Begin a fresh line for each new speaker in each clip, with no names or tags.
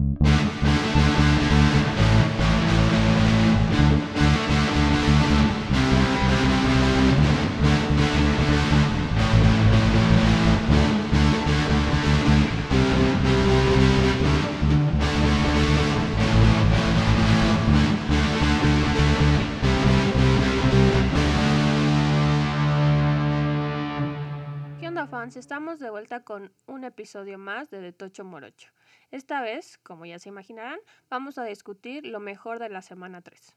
¿Qué onda, fans? Estamos de vuelta con un episodio más de Tocho Morocho. Esta vez, como ya se imaginarán, vamos a discutir lo mejor de la semana 3.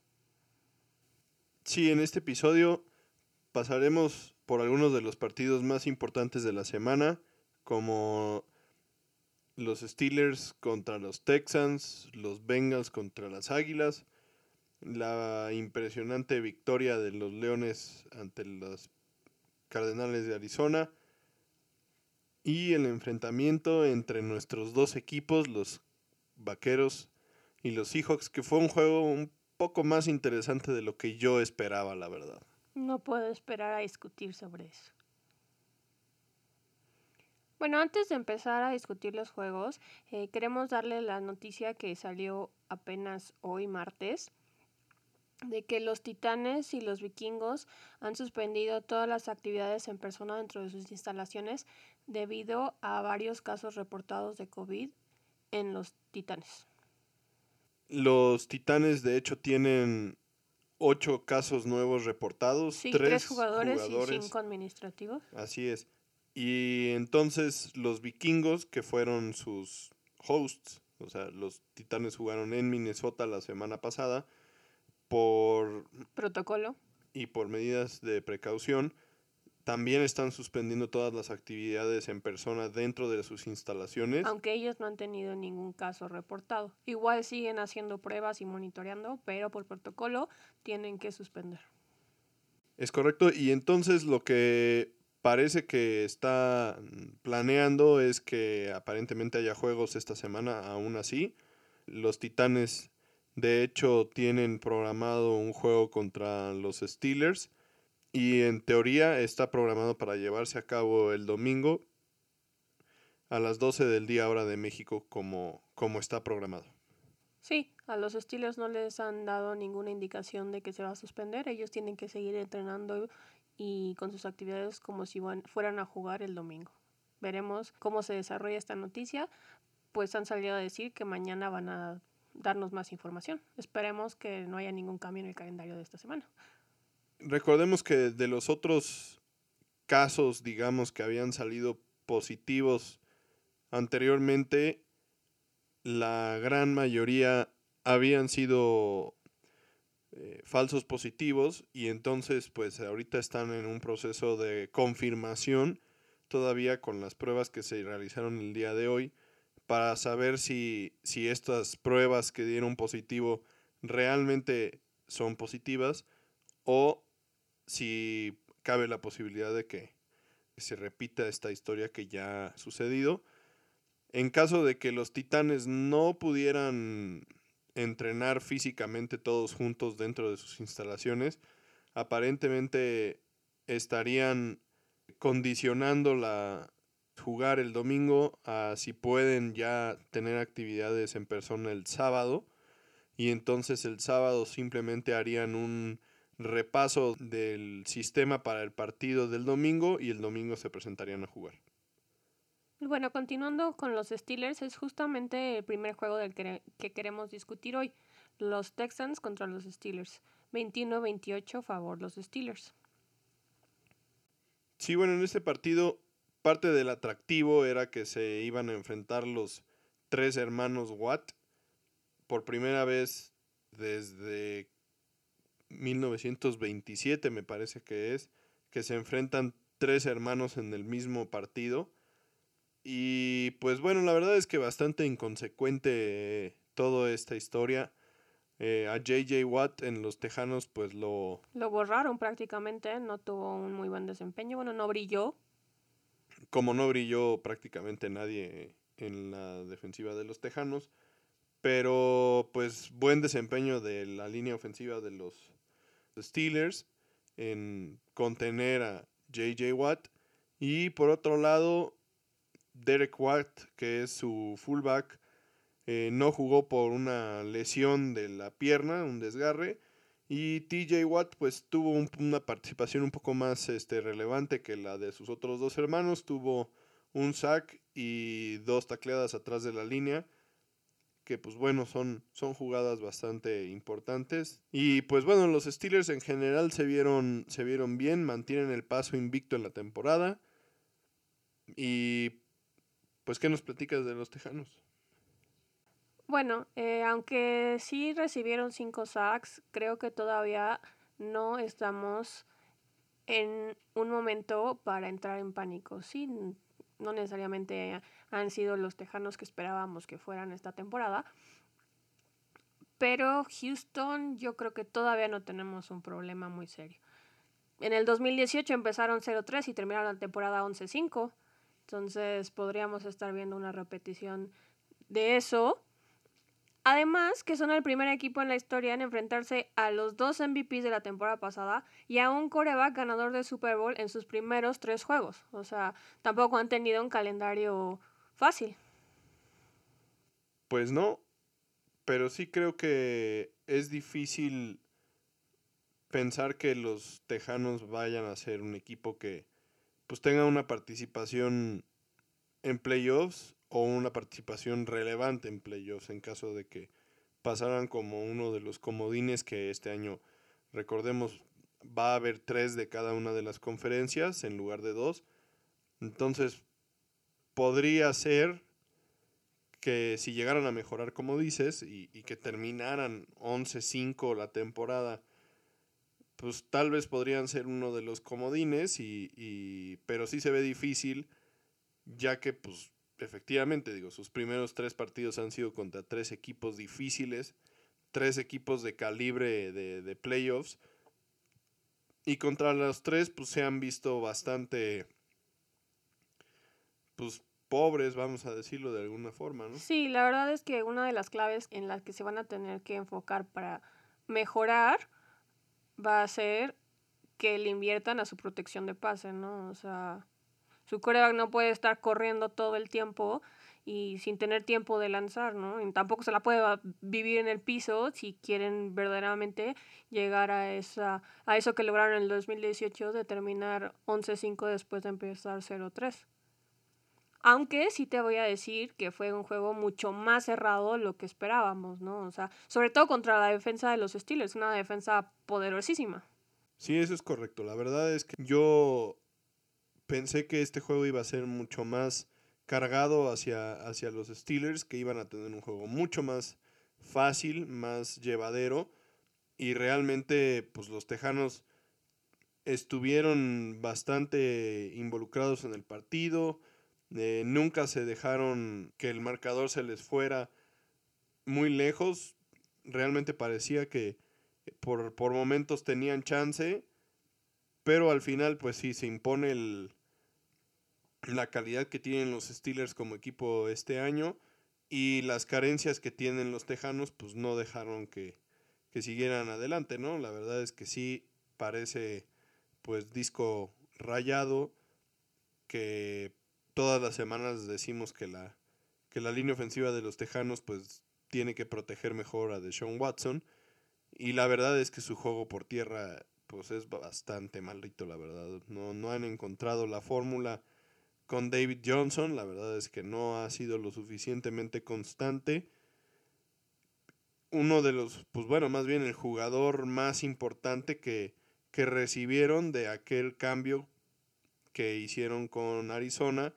Sí, en este episodio pasaremos por algunos de los partidos más importantes de la semana, como los Steelers contra los Texans, los Bengals contra las Águilas, la impresionante victoria de los Leones ante los Cardenales de Arizona y el enfrentamiento entre nuestros dos equipos, los Vaqueros y los Seahawks, que fue un juego un poco más interesante de lo que yo esperaba, la verdad.
No puedo esperar a discutir sobre eso. Bueno, antes de empezar a discutir los juegos, queremos darle la noticia que salió apenas hoy martes, de que los Titanes y los Vikingos han suspendido todas las actividades en persona dentro de sus instalaciones debido a varios casos reportados de COVID en los Titanes.
Los Titanes, de hecho, tienen 8 casos nuevos reportados,
Sí,
3
3 jugadores y 5 administrativos.
Así es. Y entonces los Vikingos, que fueron sus hosts, o sea, los Titanes jugaron en Minnesota la semana pasada, por
Protocolo.
y por medidas de precaución, también están suspendiendo todas las actividades en persona dentro de sus instalaciones.
Aunque ellos no han tenido ningún caso reportado. Igual siguen haciendo pruebas y monitoreando, pero por protocolo tienen que suspender.
Es correcto, y entonces lo que parece que está planeando es que aparentemente haya juegos esta semana, aún así. Los Titanes, de hecho, tienen programado un juego contra los Steelers y en teoría está programado para llevarse a cabo el domingo a las 12 del día hora de México como está programado.
Sí, a los Steelers no les han dado ninguna indicación de que se va a suspender. Ellos tienen que seguir entrenando y con sus actividades como si fueran a jugar el domingo. Veremos cómo se desarrolla esta noticia, pues han salido a decir que mañana van a darnos más información. Esperemos que no haya ningún cambio en el calendario de esta semana.
Recordemos que de los otros casos, digamos, que habían salido positivos anteriormente, la gran mayoría habían sido falsos positivos y entonces pues ahorita están en un proceso de confirmación todavía con las pruebas que se realizaron el día de hoy para saber si estas pruebas que dieron positivo realmente son positivas o si cabe la posibilidad de que se repita esta historia que ya ha sucedido. En caso de que los Titanes no pudieran entrenar físicamente todos juntos dentro de sus instalaciones, aparentemente estarían condicionando jugar el domingo a si pueden ya tener actividades en persona el sábado, y entonces el sábado simplemente harían un repaso del sistema para el partido del domingo y el domingo se presentarían a jugar.
Bueno, continuando con los Steelers, es justamente el primer juego del que queremos discutir hoy. Los Texans contra los Steelers. 21-28 favor los Steelers.
Sí, bueno, en este partido parte del atractivo era que se iban a enfrentar los 3 hermanos Watt por primera vez desde 1927, me parece que se enfrentan 3 hermanos en el mismo partido. Y pues bueno, la verdad es que bastante inconsecuente toda esta historia. A J.J. Watt en los Tejanos pues
lo borraron prácticamente, no tuvo un muy buen desempeño, bueno, no brilló.
Como no brilló prácticamente nadie en la defensiva de los Tejanos, pero pues buen desempeño de la línea ofensiva de los Steelers en contener a J.J. Watt. Y por otro lado, Derek Watt, que es su fullback, no jugó por una lesión de la pierna, un desgarre. Y TJ Watt pues tuvo una participación un poco más relevante que la de sus otros dos hermanos. Tuvo un sack y 2 tacleadas atrás de la línea, que pues bueno, son jugadas bastante importantes. Y pues bueno, los Steelers en general se vieron bien, mantienen el paso invicto en la temporada. Y pues, ¿qué nos platicas de los Tejanos?
Bueno, aunque sí recibieron 5 sacks, creo que todavía no estamos en un momento para entrar en pánico. Sí, no necesariamente han sido los Tejanos que esperábamos que fueran esta temporada, pero Houston yo creo que todavía no tenemos un problema muy serio. En el 2018 empezaron 0-3 y terminaron la temporada 11-5, entonces podríamos estar viendo una repetición de eso. Además, que son el primer equipo en la historia en enfrentarse a los 2 MVPs de la temporada pasada y a un quarterback ganador de Super Bowl en sus primeros 3 juegos. O sea, tampoco han tenido un calendario fácil.
Pues no, pero sí creo que es difícil pensar que los Tejanos vayan a ser un equipo que pues tenga una participación en playoffs o una participación relevante en playoffs en caso de que pasaran como uno de los comodines que este año, recordemos, va a haber 3 de cada una de las conferencias en lugar de 2. Entonces podría ser que si llegaran a mejorar como dices y que terminaran 11-5 la temporada, pues tal vez podrían ser uno de los comodines, pero sí se ve difícil, ya que pues efectivamente, digo, sus primeros 3 partidos han sido contra 3 equipos difíciles, 3 equipos de calibre de playoffs, y contra los 3 pues se han visto bastante, pues pobres, vamos a decirlo de alguna forma, ¿no?
Sí, la verdad es que una de las claves en las que se van a tener que enfocar para mejorar va a ser que le inviertan a su protección de pase, ¿no? O sea, su quarterback no puede estar corriendo todo el tiempo y sin tener tiempo de lanzar, ¿no? Y tampoco se la puede vivir en el piso si quieren verdaderamente llegar a eso que lograron en el 2018 de terminar 11-5 después de empezar 0-3. Aunque sí te voy a decir que fue un juego mucho más cerrado de lo que esperábamos, ¿no? O sea, sobre todo contra la defensa de los Steelers, una defensa poderosísima.
Sí, eso es correcto. La verdad es que yo pensé que este juego iba a ser mucho más cargado hacia los Steelers, que iban a tener un juego mucho más fácil, más llevadero, y realmente pues los Tejanos estuvieron bastante involucrados en el partido, nunca se dejaron que el marcador se les fuera muy lejos, realmente parecía que por momentos tenían chance, pero al final pues sí se impone la calidad que tienen los Steelers como equipo este año y las carencias que tienen los Tejanos pues no dejaron que siguieran adelante, ¿no? La verdad es que sí parece pues disco rayado, que todas las semanas decimos que la línea ofensiva de los Tejanos pues tiene que proteger mejor a Deshaun Watson, y la verdad es que su juego por tierra pues es bastante maldito, la verdad. No han encontrado la fórmula con David Johnson, la verdad es que no ha sido lo suficientemente constante. Uno de los, pues bueno, más bien el jugador más importante que recibieron de aquel cambio que hicieron con Arizona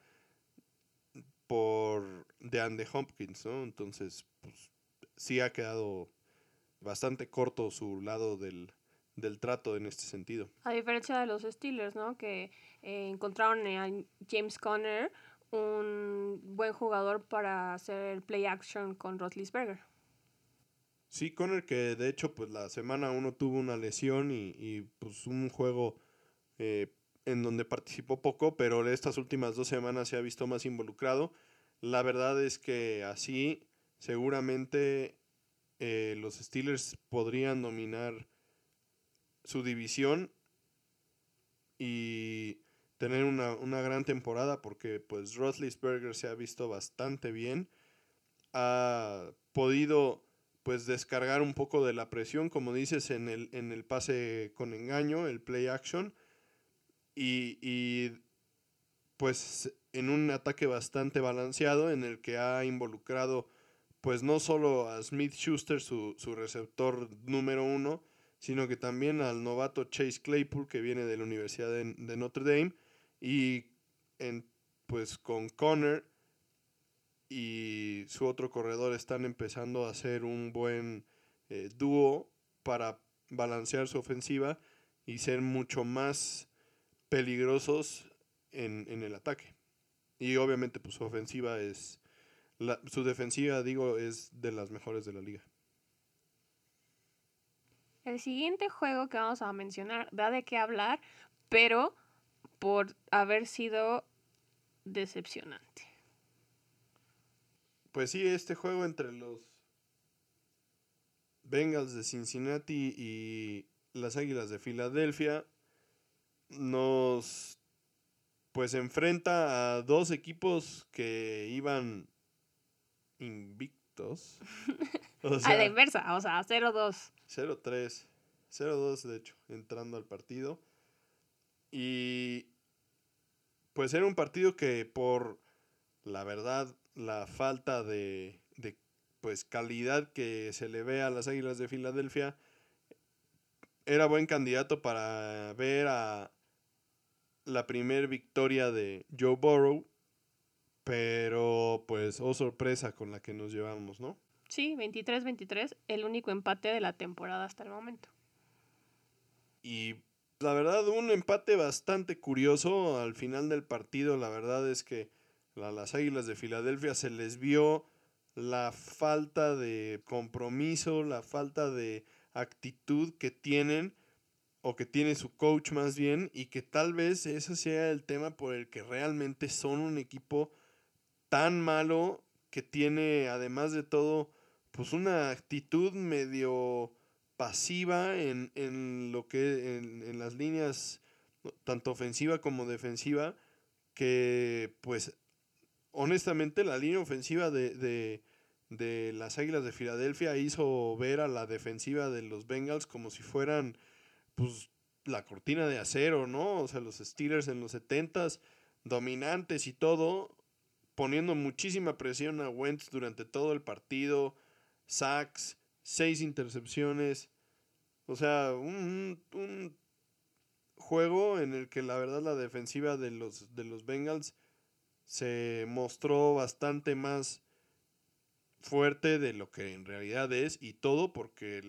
por DeAndre Hopkins, ¿no? Entonces, pues sí ha quedado bastante corto su lado del trato en este sentido.
A diferencia de los Steelers, ¿no? Que encontraron a James Conner, un buen jugador para hacer play action con Roethlisberger.
Sí, Conner, que de hecho pues la semana uno tuvo una lesión y pues un juego eh, en donde participó poco, pero estas últimas 2 semanas se ha visto más involucrado. La verdad es que así seguramente los Steelers podrían dominar su división y tener una gran temporada, porque pues Roethlisberger se ha visto bastante bien. ha podido pues descargar un poco de la presión, como dices, en el pase con engaño, el play action, y pues en un ataque bastante balanceado en el que ha involucrado pues no solo a Smith Schuster, su receptor número uno, sino que también al novato Chase Claypool, que viene de la Universidad de Notre Dame, y en, pues con Conner y su otro corredor están empezando a hacer un buen dúo para balancear su ofensiva y ser mucho más peligrosos en el ataque. Y obviamente pues su ofensiva es, su defensiva digo es de las mejores de la liga.
El siguiente juego que vamos a mencionar da de qué hablar, pero por haber sido decepcionante.
Pues sí, este juego entre los Bengals de Cincinnati y las Águilas de Filadelfia nos pues enfrenta a dos equipos que iban invictos. O
A la
sea,
inversa, o sea, 0-2.
0-3, 0-2 de hecho, entrando al partido. Y pues era un partido que por la verdad, la falta de pues calidad que se le ve a las Águilas de Filadelfia, era buen candidato para ver a la primer victoria de Joe Burrow, pero pues oh sorpresa con la que nos llevamos, ¿no?
Sí, 23-23, el único empate de la temporada hasta el momento.
Y la verdad, un empate bastante curioso al final del partido. La verdad es que a las Águilas de Filadelfia se les vio la falta de compromiso, la falta de actitud que tienen o que tiene su coach más bien, y que tal vez ese sea el tema por el que realmente son un equipo tan malo que tiene además de todo pues una actitud medio pasiva en lo que en las líneas tanto ofensiva como defensiva, que pues honestamente la línea ofensiva de las Águilas de Filadelfia hizo ver a la defensiva de los Bengals como si fueran pues la cortina de acero, ¿no? O sea, los Steelers en los 70s, dominantes y todo, poniendo muchísima presión a Wentz durante todo el partido, sacks, 6 intercepciones, o sea, un juego en el que la verdad la defensiva de los Bengals se mostró bastante más fuerte de lo que en realidad es, y todo porque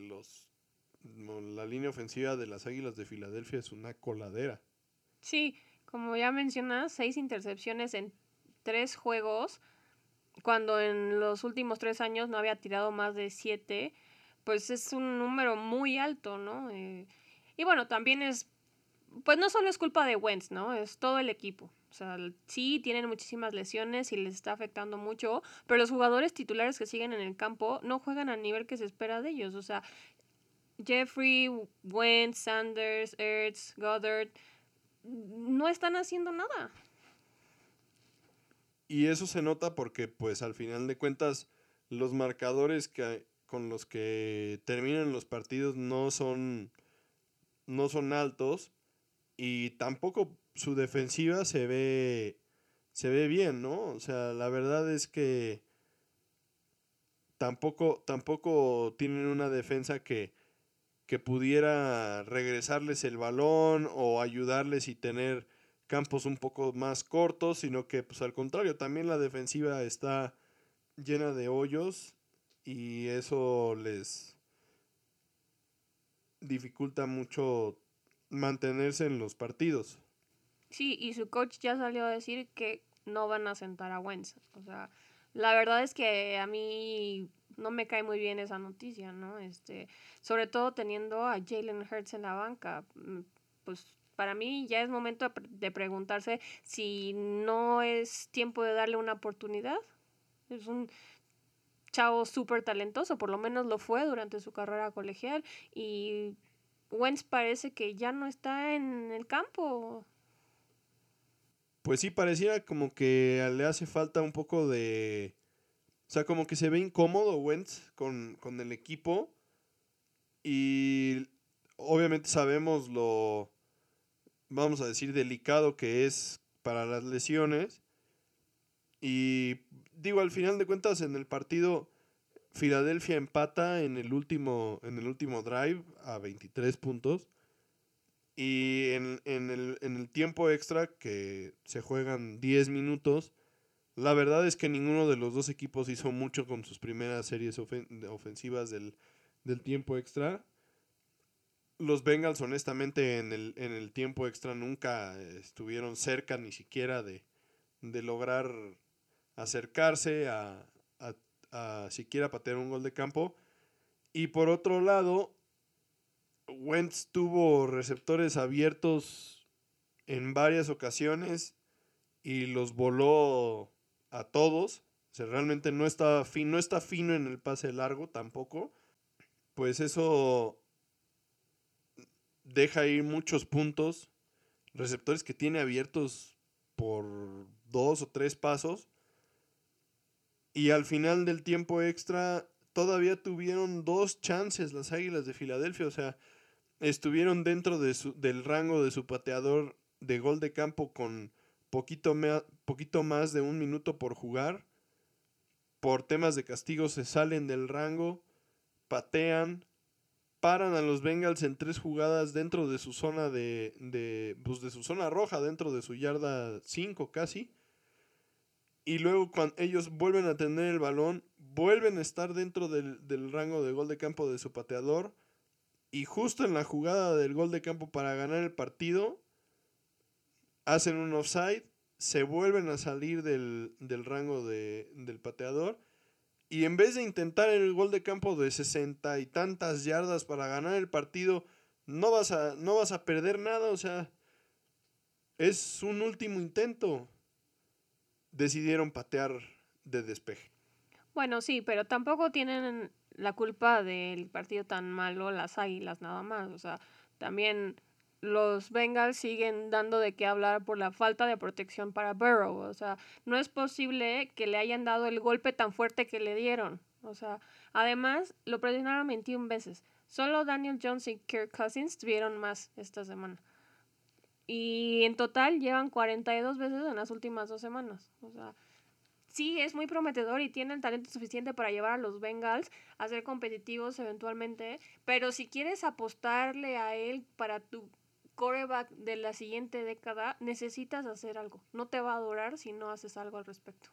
la línea ofensiva de las Águilas de Filadelfia es una coladera.
Sí, como ya mencionas, 6 intercepciones en 3 juegos, cuando en los últimos 3 años no había tirado más de 7, pues es un número muy alto, ¿no? Y bueno, también pues no solo es culpa de Wentz, ¿no? Es todo el equipo. O sea, sí tienen muchísimas lesiones y les está afectando mucho, pero los jugadores titulares que siguen en el campo no juegan al nivel que se espera de ellos. O sea, Jeffrey, Wentz, Sanders, Ertz, Goddard, no están haciendo nada.
Y eso se nota porque, pues, al final de cuentas, los marcadores con los que terminan los partidos no son altos, y tampoco su defensiva se ve bien, ¿no? O sea, la verdad es que tampoco tienen una defensa que pudiera regresarles el balón o ayudarles y tener campos un poco más cortos, sino que pues al contrario, también la defensiva está llena de hoyos y eso les dificulta mucho mantenerse en los partidos.
Sí, y su coach ya salió a decir que no van a sentar a Wentz. O sea, la verdad es que a mí no me cae muy bien esa noticia, ¿no? Sobre todo teniendo a Jalen Hurts en la banca. Pues para mí ya es momento de preguntarse si no es tiempo de darle una oportunidad. Es un chavo súper talentoso, por lo menos lo fue durante su carrera colegial, y Wentz parece que ya no está en el campo.
Pues sí, pareciera como que le hace falta un poco de O sea, como que se ve incómodo Wentz con el equipo. Y obviamente sabemos lo, vamos a decir, delicado que es para las lesiones. Y digo, al final de cuentas, en el partido, Filadelfia empata en el último drive a 23 puntos. Y en el tiempo extra, que se juegan 10 minutos, la verdad es que ninguno de los dos equipos hizo mucho con sus primeras series ofensivas del tiempo extra. Los Bengals, honestamente, en el tiempo extra nunca estuvieron cerca ni siquiera de lograr acercarse a siquiera patear un gol de campo. Y por otro lado, Wentz tuvo receptores abiertos en varias ocasiones y los voló a todos. O sea, realmente no está fino en el pase largo tampoco. Pues eso deja ir muchos puntos. Receptores que tiene abiertos por 2 o 3 pasos. Y al final del tiempo extra todavía tuvieron 2 chances las Águilas de Filadelfia. O sea, estuvieron dentro del rango de su pateador de gol de campo con poquito más de 1 minuto por jugar. Por temas de castigo se salen del rango, patean, paran a los Bengals en 3 jugadas dentro de su zona pues de su zona roja, dentro de su yarda 5 casi. Y luego cuando ellos vuelven a tener el balón, vuelven a estar dentro del rango de gol de campo de su pateador. Y justo en la jugada del gol de campo para ganar el partido, hacen un offside, se vuelven a salir del rango del pateador. Y en vez de intentar el gol de campo de 60 y tantas yardas para ganar el partido, no vas a perder nada. O sea, es un último intento. Decidieron patear de despeje.
Bueno, sí, pero tampoco tienen la culpa del partido tan malo las Águilas nada más. O sea, también los Bengals siguen dando de qué hablar por la falta de protección para Burrow. O sea, no es posible que le hayan dado el golpe tan fuerte que le dieron. O sea, además lo presionaron 21 veces. Solo Daniel Jones y Kirk Cousins tuvieron más esta semana. Y en total llevan 42 veces en las últimas 2 semanas. O sea, sí es muy prometedor y tiene el talento suficiente para llevar a los Bengals a ser competitivos eventualmente, pero si quieres apostarle a él para tu quarterback de la siguiente década, necesitas hacer algo. No te va a durar si no haces algo al respecto.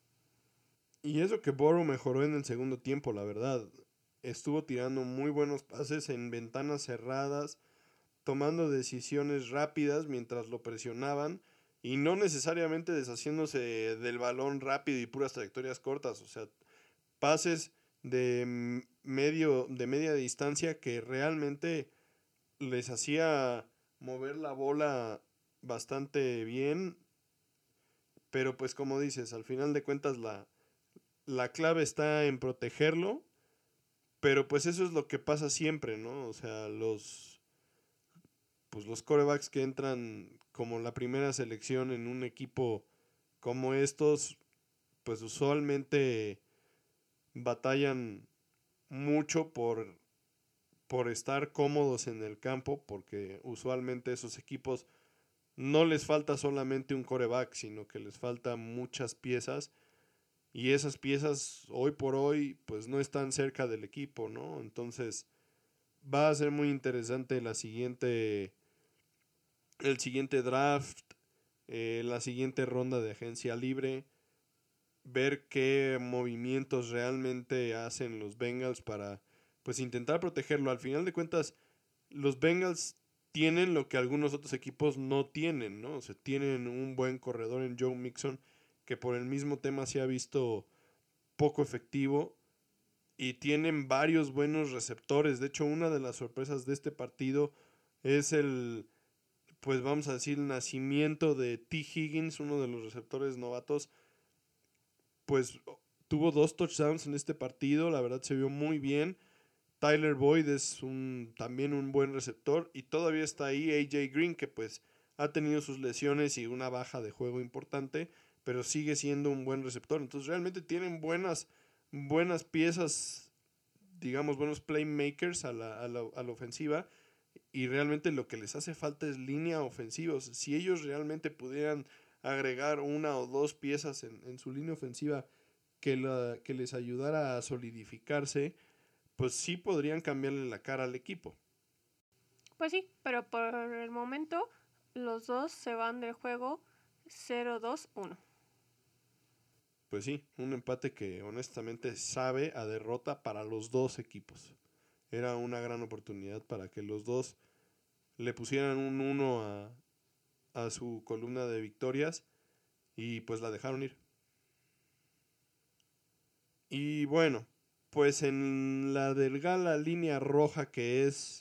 Y eso que Burrow mejoró en el segundo tiempo, la verdad. Estuvo tirando muy buenos pases en ventanas cerradas, tomando decisiones rápidas mientras lo presionaban y no necesariamente deshaciéndose del balón rápido y puras trayectorias cortas. O sea, pases de media distancia que realmente les hacía mover la bola bastante bien. Pero pues como dices, al final de cuentas la clave está en protegerlo. Pero pues eso es lo que pasa siempre, ¿no? O sea, los quarterbacks que entran como la primera selección en un equipo como estos, pues usualmente batallan mucho por estar cómodos en el campo, porque usualmente esos equipos no les falta solamente un quarterback, sino que les falta muchas piezas. Y esas piezas hoy por hoy pues no están cerca del equipo, ¿no? Entonces va a ser muy interesante el siguiente draft, la siguiente ronda de agencia libre, ver qué movimientos realmente hacen los Bengals para pues intentar protegerlo. Al final de cuentas, los Bengals tienen lo que algunos otros equipos no tienen, ¿no? O sea, tienen un buen corredor en Joe Mixon que por el mismo tema se ha visto poco efectivo y tienen varios buenos receptores. De hecho, una de las sorpresas de este partido es pues vamos a decir, el nacimiento de T. Higgins, uno de los receptores novatos. Pues tuvo 2 touchdowns en este partido, la verdad se vio muy bien. Tyler Boyd es también un buen receptor y todavía está ahí AJ Green, que pues ha tenido sus lesiones y una baja de juego importante, pero sigue siendo un buen receptor. Entonces realmente tienen buenas piezas, digamos, buenos playmakers a la ofensiva, y realmente lo que les hace falta es línea ofensiva. O sea, si ellos realmente pudieran agregar una o dos piezas en su línea ofensiva que les ayudara a solidificarse, pues sí podrían cambiarle la cara al equipo.
Pues sí, pero por el momento los dos se van del juego 0-2-1.
Pues sí, un empate que honestamente sabe a derrota para los dos equipos. Era una gran oportunidad para que los dos le pusieran un 1 a su columna de victorias, y pues la dejaron ir. Y bueno, pues en la delgada línea roja que es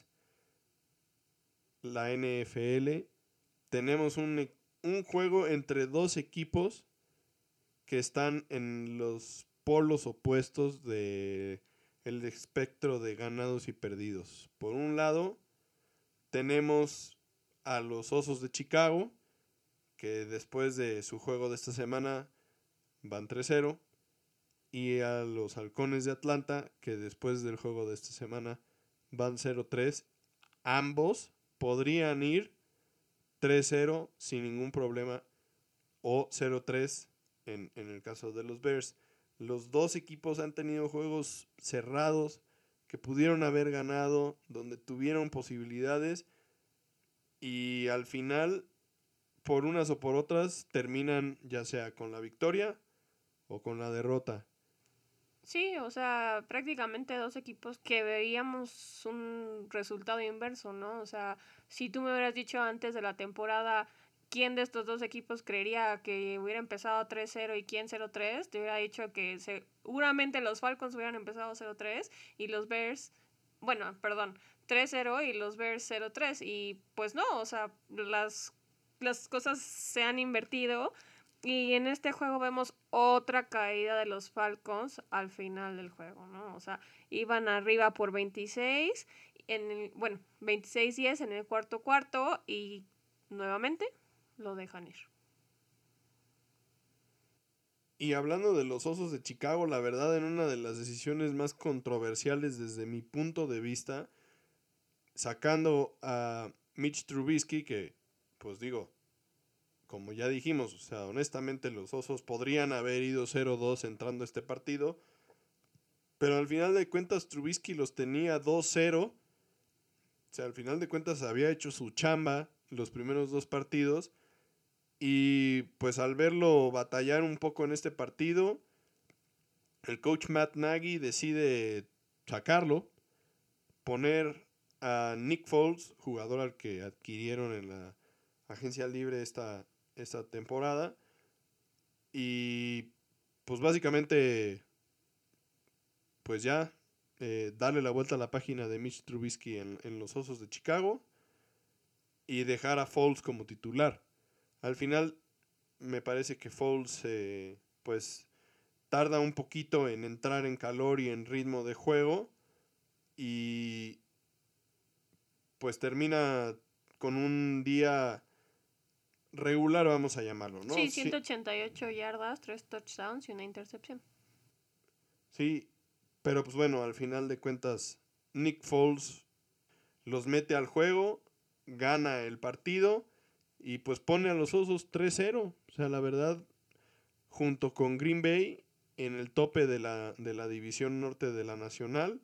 la NFL, tenemos un juego entre dos equipos que están en los polos opuestos de el espectro de ganados y perdidos. Por un lado, tenemos a los Osos de Chicago, que después de su juego de esta semana van 3-0, y a los Halcones de Atlanta, que después del juego de esta semana van 0-3. Ambos podrían ir 3-0 sin ningún problema, o 0-3 en el caso de los Bears. Los dos equipos han tenido juegos cerrados que pudieron haber ganado, donde tuvieron posibilidades, y al final, por unas o por otras, terminan ya sea con la victoria o con la derrota.
Sí, o sea, prácticamente dos equipos que veíamos un resultado inverso, ¿no? O sea, si tú me hubieras dicho antes de la temporada quién de estos dos equipos creería que hubiera empezado 3-0 y quién 0-3, te hubiera dicho que seguramente los Falcons hubieran empezado 0-3 y los Bears, bueno, perdón, 3-0 y los Bears 0-3. Y pues no, o sea, las cosas se han invertido. Y en este juego vemos otra caída de los Falcons al final del juego, ¿no? O sea, iban arriba por 26, 26-10 en el cuarto cuarto y nuevamente lo dejan ir.
Y hablando de los Osos de Chicago, la verdad, en una de las decisiones más controversiales desde mi punto de vista, sacando a Mitch Trubisky, que, pues digo, como ya dijimos, o sea, honestamente los Osos podrían haber ido 0-2 entrando a este partido, pero al final de cuentas Trubisky los tenía 2-0. O sea, al final de cuentas había hecho su chamba los primeros dos partidos, y pues al verlo batallar un poco en este partido, el coach Matt Nagy decide sacarlo, poner a Nick Foles, jugador al que adquirieron en la agencia libre esta temporada, y pues básicamente pues ya darle la vuelta a la página de Mitch Trubisky en los Osos de Chicago y dejar a Foles como titular. Al final me parece que Foles pues tarda un poquito en entrar en calor y en ritmo de juego, y pues termina con un día regular, vamos a llamarlo, ¿no?
Sí,
Sí,
188 yardas, 3 touchdowns y una intercepción.
sí, pero pues bueno, al final de cuentas Nick Foles los mete al juego, gana el partido y pues pone a los Osos 3-0. O sea, la verdad, junto con Green Bay en el tope de la división norte de la Nacional,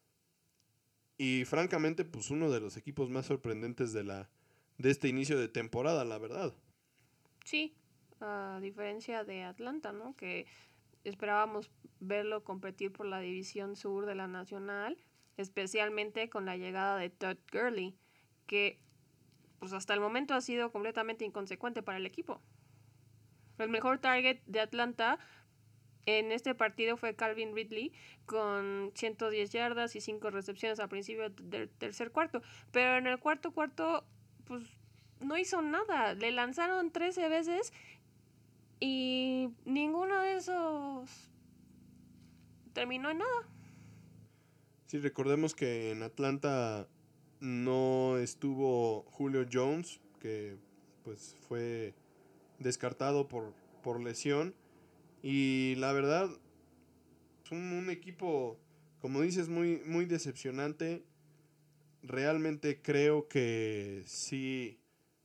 y francamente pues uno de los equipos más sorprendentes de este inicio de temporada, la verdad.
Sí, a diferencia de Atlanta, ¿no? Que esperábamos verlo competir por la división sur de la Nacional, especialmente con la llegada de Todd Gurley, que pues hasta el momento ha sido completamente inconsecuente para el equipo. El mejor target de Atlanta en este partido fue Calvin Ridley con 110 yardas y 5 recepciones al principio del tercer cuarto. Pero en el cuarto cuarto, pues no hizo nada. Le lanzaron 13 veces y ninguno de esos terminó en nada.
Sí, recordemos que en Atlanta no estuvo Julio Jones, que pues fue descartado por lesión. Y la verdad, es un equipo, como dices, muy, muy decepcionante. Realmente creo que sí,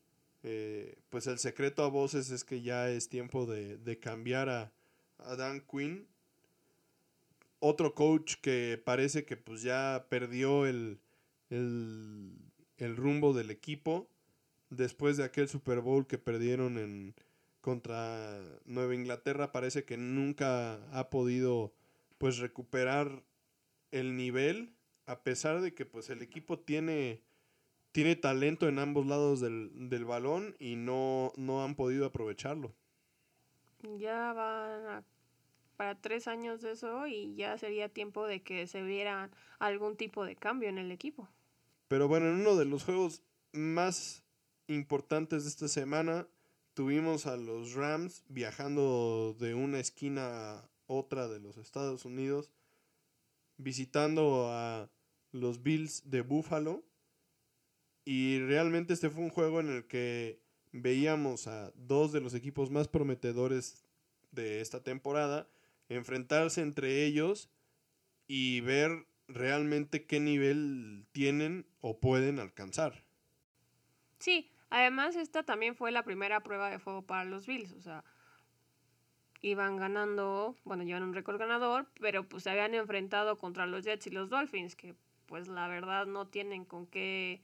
pues el secreto a voces es que ya es tiempo de cambiar a Dan Quinn. Otro coach que parece que pues ya perdió el, el rumbo del equipo después de aquel Super Bowl que perdieron contra Nueva Inglaterra. Parece que nunca ha podido pues recuperar el nivel, a pesar de que pues el equipo tiene talento en ambos lados del balón y no han podido aprovecharlo.
Ya para 3 años de eso y ya sería tiempo de que se viera algún tipo de cambio en el equipo.
Pero bueno, en uno de los juegos más importantes de esta semana tuvimos a los Rams viajando de una esquina a otra de los Estados Unidos, visitando a los Bills de Buffalo. Y realmente este fue un juego en el que veíamos a dos de los equipos más prometedores de esta temporada enfrentarse entre ellos y ver realmente qué nivel tienen o pueden alcanzar.
Sí, además esta también fue la primera prueba de fuego para los Bills, o sea, iban ganando, bueno, llevan un récord ganador, pero pues se habían enfrentado contra los Jets y los Dolphins, que pues la verdad no tienen con qué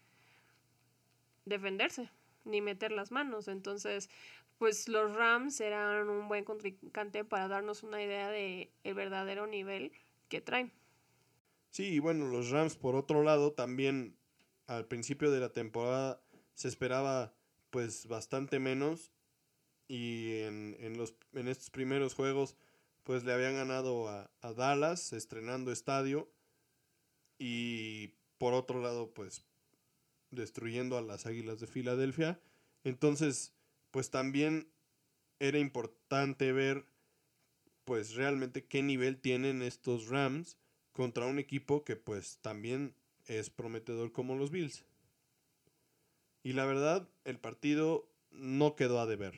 defenderse ni meter las manos. Entonces, pues los Rams eran un buen contrincante para darnos una idea de el verdadero nivel que traen.
Sí, y bueno, los Rams por otro lado también al principio de la temporada se esperaba pues bastante menos y en estos primeros juegos pues le habían ganado a Dallas estrenando estadio y por otro lado pues destruyendo a las Águilas de Filadelfia. Entonces pues también era importante ver pues realmente qué nivel tienen estos Rams contra un equipo que pues también es prometedor como los Bills. Y la verdad, el partido no quedó a deber.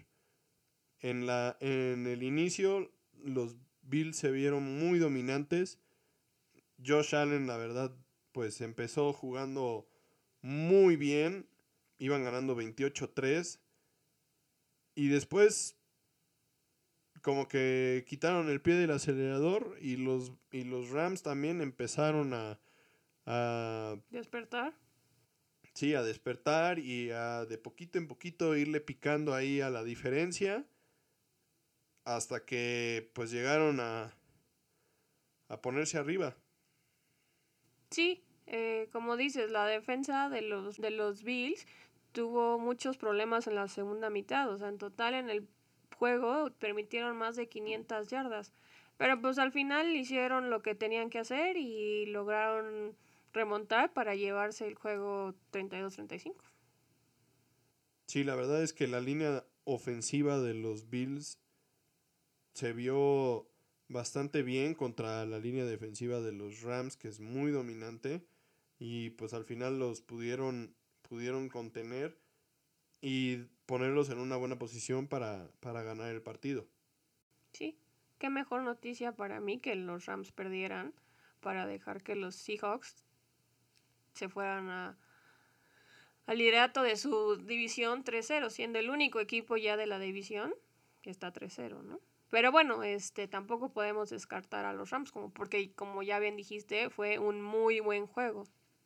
En el inicio, los Bills se vieron muy dominantes. Josh Allen, la verdad, pues empezó jugando muy bien. Iban ganando 28-3. Y después, como que quitaron el pie del acelerador. Y los Rams también empezaron a
Despertar.
sí, a despertar y a de poquito en poquito irle picando ahí a la diferencia hasta que pues llegaron a ponerse arriba.
Sí, como dices, la defensa de los Bills tuvo muchos problemas en la segunda mitad. O sea, en total en el juego permitieron más de 500 yardas. Pero pues al final hicieron lo que tenían que hacer y lograron remontar para llevarse el juego 32-35.
Sí, la verdad es que la línea ofensiva de los Bills se vio bastante bien contra la línea defensiva de los Rams, que es muy dominante, y pues al final los pudieron contener y ponerlos en una buena posición para ganar el partido.
Sí, qué mejor noticia para mí que los Rams perdieran para dejar que los Seahawks se fueran al liderato de su división 3-0, siendo el único equipo ya de la división que está 3-0, ¿no? Pero bueno, tampoco podemos descartar a los Rams, porque como ya bien dijiste, fue un muy buen juego.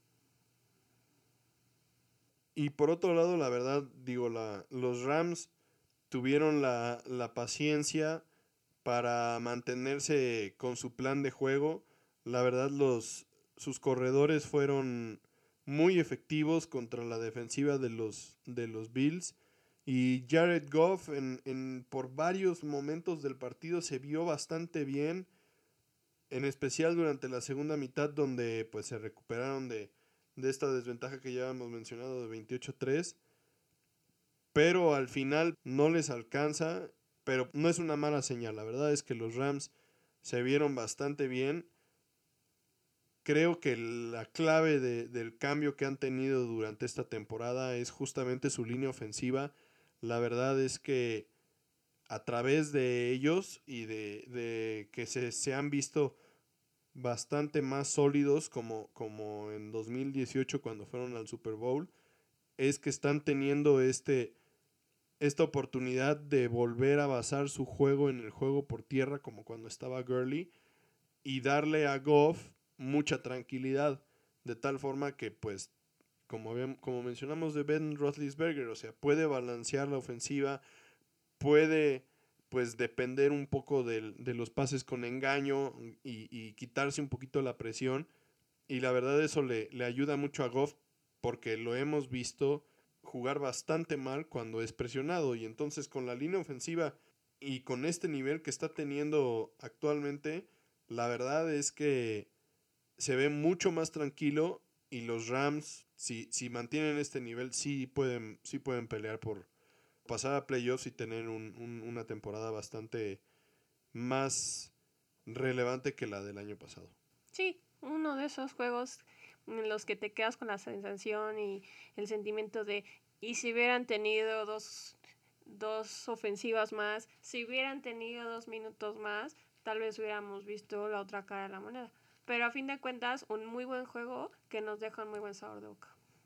Y por otro lado, la verdad, digo, los Rams tuvieron la paciencia para mantenerse con su plan de juego. La verdad, sus corredores fueron muy efectivos contra la defensiva de los Bills. Y Jared Goff por varios momentos del partido se vio bastante bien, en especial durante la segunda mitad donde pues se recuperaron de esta desventaja que ya hemos mencionado de 28-3. Pero al final no les alcanza, pero no es una mala señal. La verdad es que los Rams se vieron bastante bien. Creo que la clave del cambio que han tenido durante esta temporada es justamente su línea ofensiva. La verdad es que a través de ellos y de que se han visto bastante más sólidos como en 2018 cuando fueron al Super Bowl, es que están teniendo esta oportunidad de volver a basar su juego en el juego por tierra como cuando estaba Gurley y darle a Goff mucha tranquilidad, de tal forma que pues como mencionamos de Ben Roethlisberger, o sea, puede balancear la ofensiva, puede pues depender un poco de los pases con engaño y quitarse un poquito la presión, y la verdad eso le ayuda mucho a Goff porque lo hemos visto jugar bastante mal cuando es presionado, y entonces con la línea ofensiva y con este nivel que está teniendo actualmente, la verdad es que se ve mucho más tranquilo, y los Rams, si mantienen este nivel, sí pueden pelear por pasar a playoffs y tener una temporada bastante más relevante que la del año pasado.
Sí, uno de esos juegos en los que te quedas con la sensación y el sentimiento de, y si hubieran tenido dos ofensivas más, si hubieran tenido 2 minutos más, tal vez hubiéramos visto la otra cara de la moneda. Pero a fin de cuentas, un muy buen juego que nos deja un muy buen sabor de boca.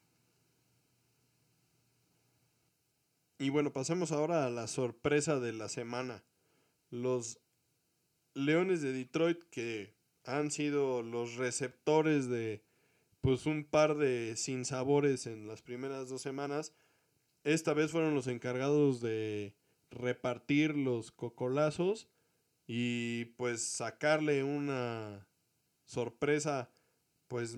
Y bueno, pasemos ahora a la sorpresa de la semana. Los Leones de Detroit, que han sido los receptores de pues un par de sinsabores en las primeras 2 semanas, esta vez fueron los encargados de repartir los cocolazos y pues sacarle una sorpresa pues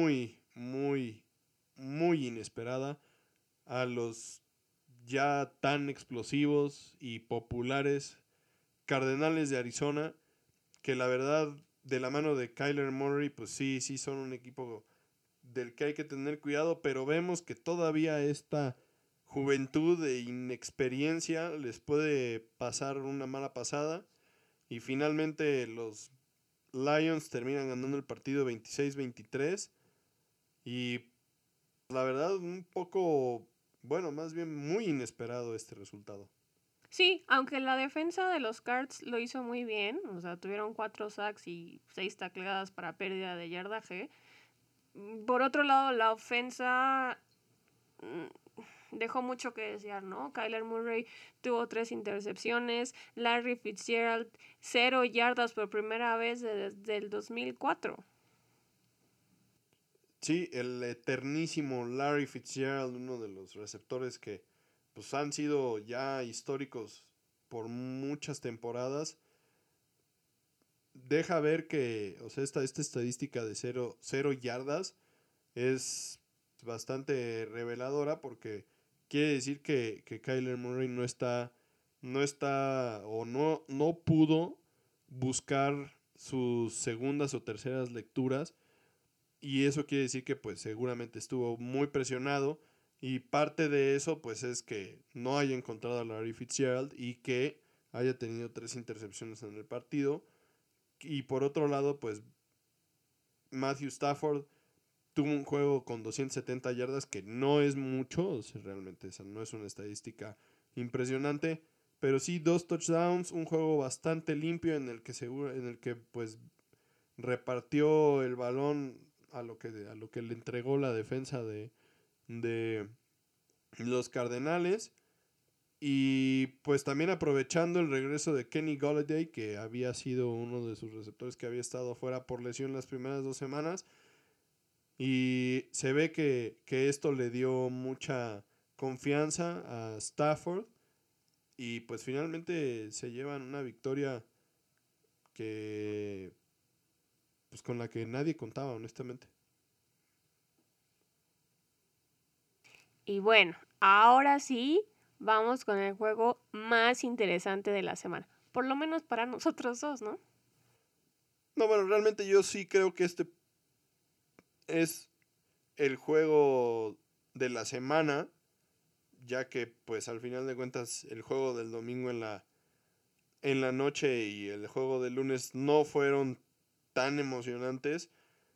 muy inesperada a los ya tan explosivos y populares Cardenales de Arizona, que la verdad de la mano de Kyler Murray pues sí son un equipo del que hay que tener cuidado, pero vemos que todavía esta juventud e inexperiencia les puede pasar una mala pasada, y finalmente los Lions terminan ganando el partido 26-23, y la verdad un poco, bueno, más bien muy inesperado este resultado.
Sí, aunque la defensa de los Cards lo hizo muy bien, o sea, tuvieron 4 sacks y 6 tacleadas para pérdida de yardaje. Por otro lado, la ofensa dejó mucho que desear, ¿no? Kyler Murray tuvo 3 intercepciones, Larry Fitzgerald 0 yardas por primera vez desde el 2004.
Sí, el eternísimo Larry Fitzgerald, uno de los receptores que pues han sido ya históricos por muchas temporadas, deja ver que, o sea, esta estadística de cero yardas es bastante reveladora, porque quiere decir que Kyler Murray no está o no pudo buscar sus segundas o terceras lecturas, y eso quiere decir que pues seguramente estuvo muy presionado, y parte de eso pues es que no haya encontrado a Larry Fitzgerald y que haya tenido 3 intercepciones en el partido. Y por otro lado pues Matthew Stafford tuvo un juego con 270 yardas, que no es mucho, o sea, realmente esa no es una estadística impresionante, pero sí 2 touchdowns, un juego bastante limpio en el que pues repartió el balón a lo que le entregó la defensa de los Cardenales. Y pues también aprovechando el regreso de Kenny Golladay, que había sido uno de sus receptores que había estado fuera por lesión las primeras 2 semanas. Y se ve que esto le dio mucha confianza a Stafford. Y pues finalmente se llevan una victoria que pues con la que nadie contaba, honestamente.
Y bueno, ahora sí, vamos con el juego más interesante de la semana. Por lo menos para nosotros dos, ¿no?
No, bueno, realmente yo sí creo que este es el juego de la semana, ya que pues al final de cuentas el juego del domingo en la noche y el juego del lunes no fueron tan emocionantes.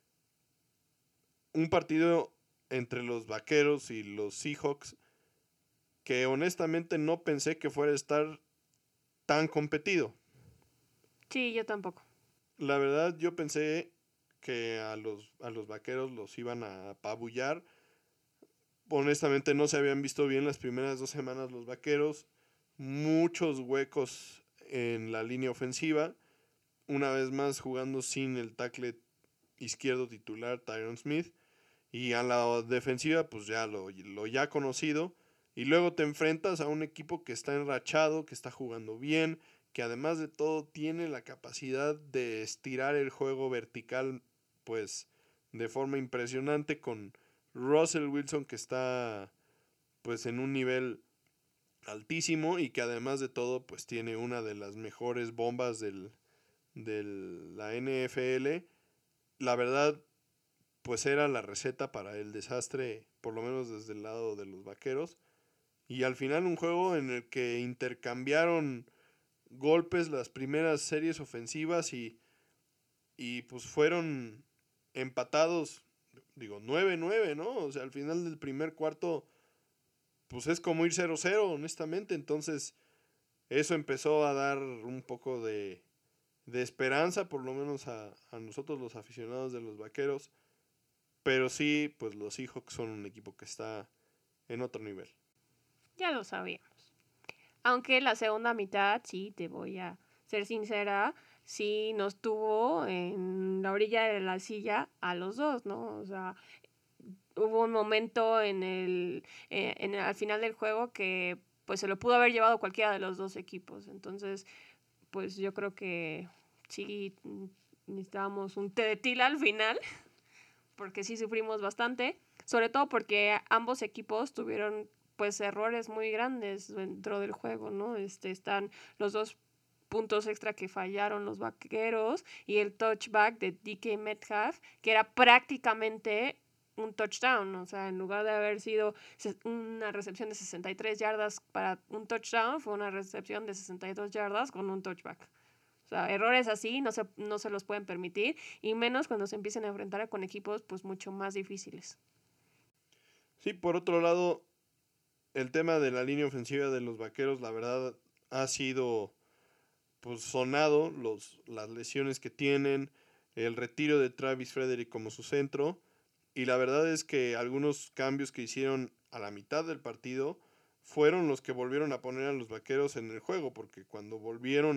Un partido entre los Vaqueros y los Seahawks que honestamente no pensé que fuera a estar tan competido.
Sí, yo tampoco.
La verdad, yo pensé que a los Vaqueros los iban a apabullar. Honestamente, no se habían visto bien las primeras 2 semanas los Vaqueros. Muchos huecos en la línea ofensiva. Una vez más jugando sin el tackle izquierdo titular Tyron Smith. Y a la defensiva, pues ya lo ya conocido. Y luego te enfrentas a un equipo que está enrachado, que está jugando bien, que además de todo tiene la capacidad de estirar el juego vertical, pues de forma impresionante, con Russell Wilson, que está pues en un nivel altísimo y que además de todo pues tiene una de las mejores bombas de la NFL. La verdad, pues era la receta para el desastre, por lo menos desde el lado de los Vaqueros. Y al final un juego en el que intercambiaron golpes las primeras series ofensivas y pues fueron empatados, digo, 9-9, ¿no? O sea, al final del primer cuarto, pues es como ir 0-0, honestamente. Entonces, eso empezó a dar un poco de esperanza, por lo menos a nosotros los aficionados de los Vaqueros. Pero sí, pues los Seahawks son un equipo que está en otro nivel.
Ya lo sabíamos. Aunque la segunda mitad, sí, te voy a ser sincera, sí nos tuvo en la orilla de la silla a los dos, ¿no? O sea, hubo un momento al final del juego que pues se lo pudo haber llevado cualquiera de los dos equipos. Entonces, pues yo creo que sí necesitábamos un té de tila al final, porque sí sufrimos bastante, sobre todo porque ambos equipos tuvieron pues errores muy grandes dentro del juego, ¿no? Están los dos puntos extra que fallaron los Vaqueros y el touchback de DK Metcalf, que era prácticamente un touchdown, o sea, en lugar de haber sido una recepción de 63 yardas para un touchdown, fue una recepción de 62 yardas con un touchback. O sea, errores así no se los pueden permitir, y menos cuando se empiecen a enfrentar con equipos pues mucho más difíciles.
Sí, por otro lado, el tema de la línea ofensiva de los Vaqueros, la verdad, ha sido pues sonado, las lesiones que tienen, el retiro de Travis Frederick como su centro, y la verdad es que algunos cambios que hicieron a la mitad del partido fueron los que volvieron a poner a los Vaqueros en el juego, porque cuando volvieron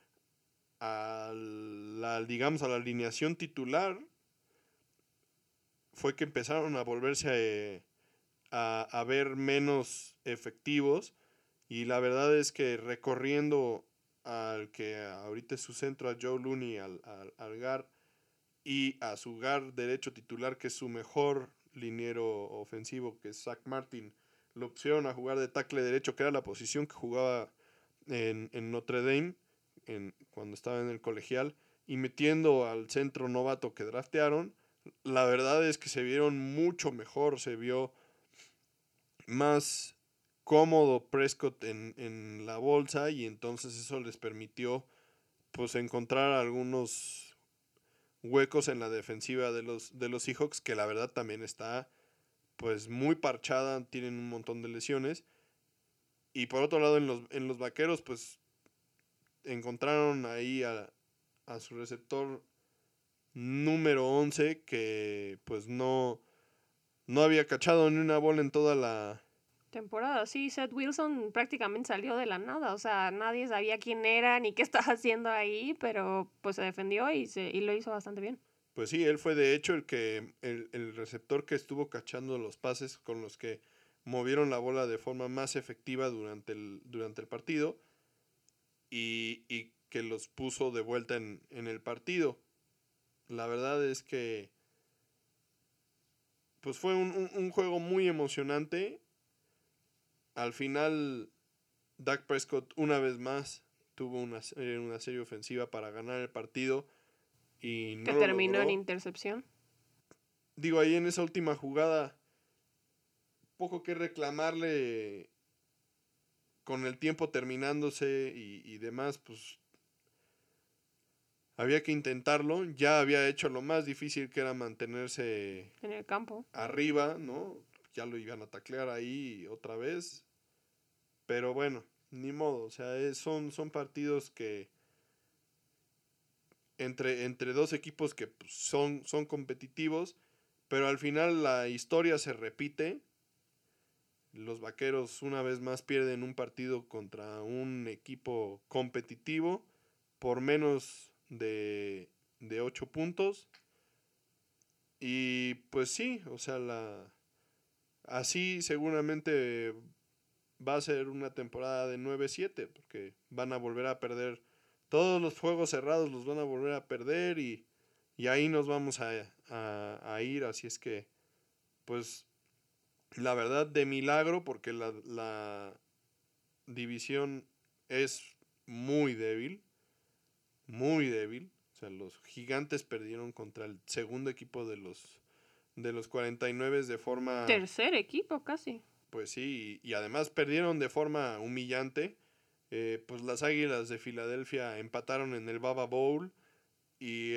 digamos, a la alineación titular, fue que empezaron a volverse a ver menos efectivos. Y la verdad es que recorriendo al que ahorita es su centro, a Joe Looney, al GAR, y a su GAR derecho titular, que es su mejor liniero ofensivo, que es Zach Martin, lo pusieron a jugar de tackle derecho, que era la posición que jugaba en Notre Dame cuando estaba en el colegial, y metiendo al centro novato que draftearon. La verdad es que se vieron mucho mejor, se vio más cómodo Prescott en la bolsa, y entonces eso les permitió pues encontrar algunos huecos en la defensiva de los Seahawks, que la verdad también está pues muy parchada, tienen un montón de lesiones. Y por otro lado en los Vaqueros pues encontraron ahí a su receptor número 11, que pues no había cachado ni una bola en toda la
Temporada, sí, Seth Wilson prácticamente salió de la nada, o sea, nadie sabía quién era ni qué estaba haciendo ahí, pero pues se defendió y lo hizo bastante bien.
Pues sí, él fue de hecho el receptor que estuvo cachando los pases con los que movieron la bola de forma más efectiva durante el partido, y que los puso de vuelta en el partido. La verdad es que pues fue un juego muy emocionante. Al final, Dak Prescott una vez más tuvo una serie ofensiva para ganar el partido y
Que
no lo
terminó en
logró.
intercepción.
Digo, ahí en esa última jugada, poco que reclamarle con el tiempo terminándose y demás, pues había que intentarlo. Ya había hecho lo más difícil, que era mantenerse
En el campo.
arriba, ¿no? Ya lo iban a taclear ahí otra vez. Pero bueno, ni modo, o sea, son partidos que entre dos equipos que pues, son competitivos, pero al final la historia se repite. Los Vaqueros una vez más pierden un partido contra un equipo competitivo por menos de 8 puntos. Y pues sí, o sea, así seguramente va a ser una temporada de 9-7 porque van a volver a perder todos los juegos cerrados, los van a volver a perder y ahí nos vamos a ir. Así es que, pues, la verdad, de milagro, porque la división es muy débil, muy débil. O sea, los Gigantes perdieron contra el segundo equipo de los 49 de forma,
Tercer equipo casi.
pues sí, y además perdieron de forma humillante. Pues las Águilas de Filadelfia empataron en el Baba Bowl y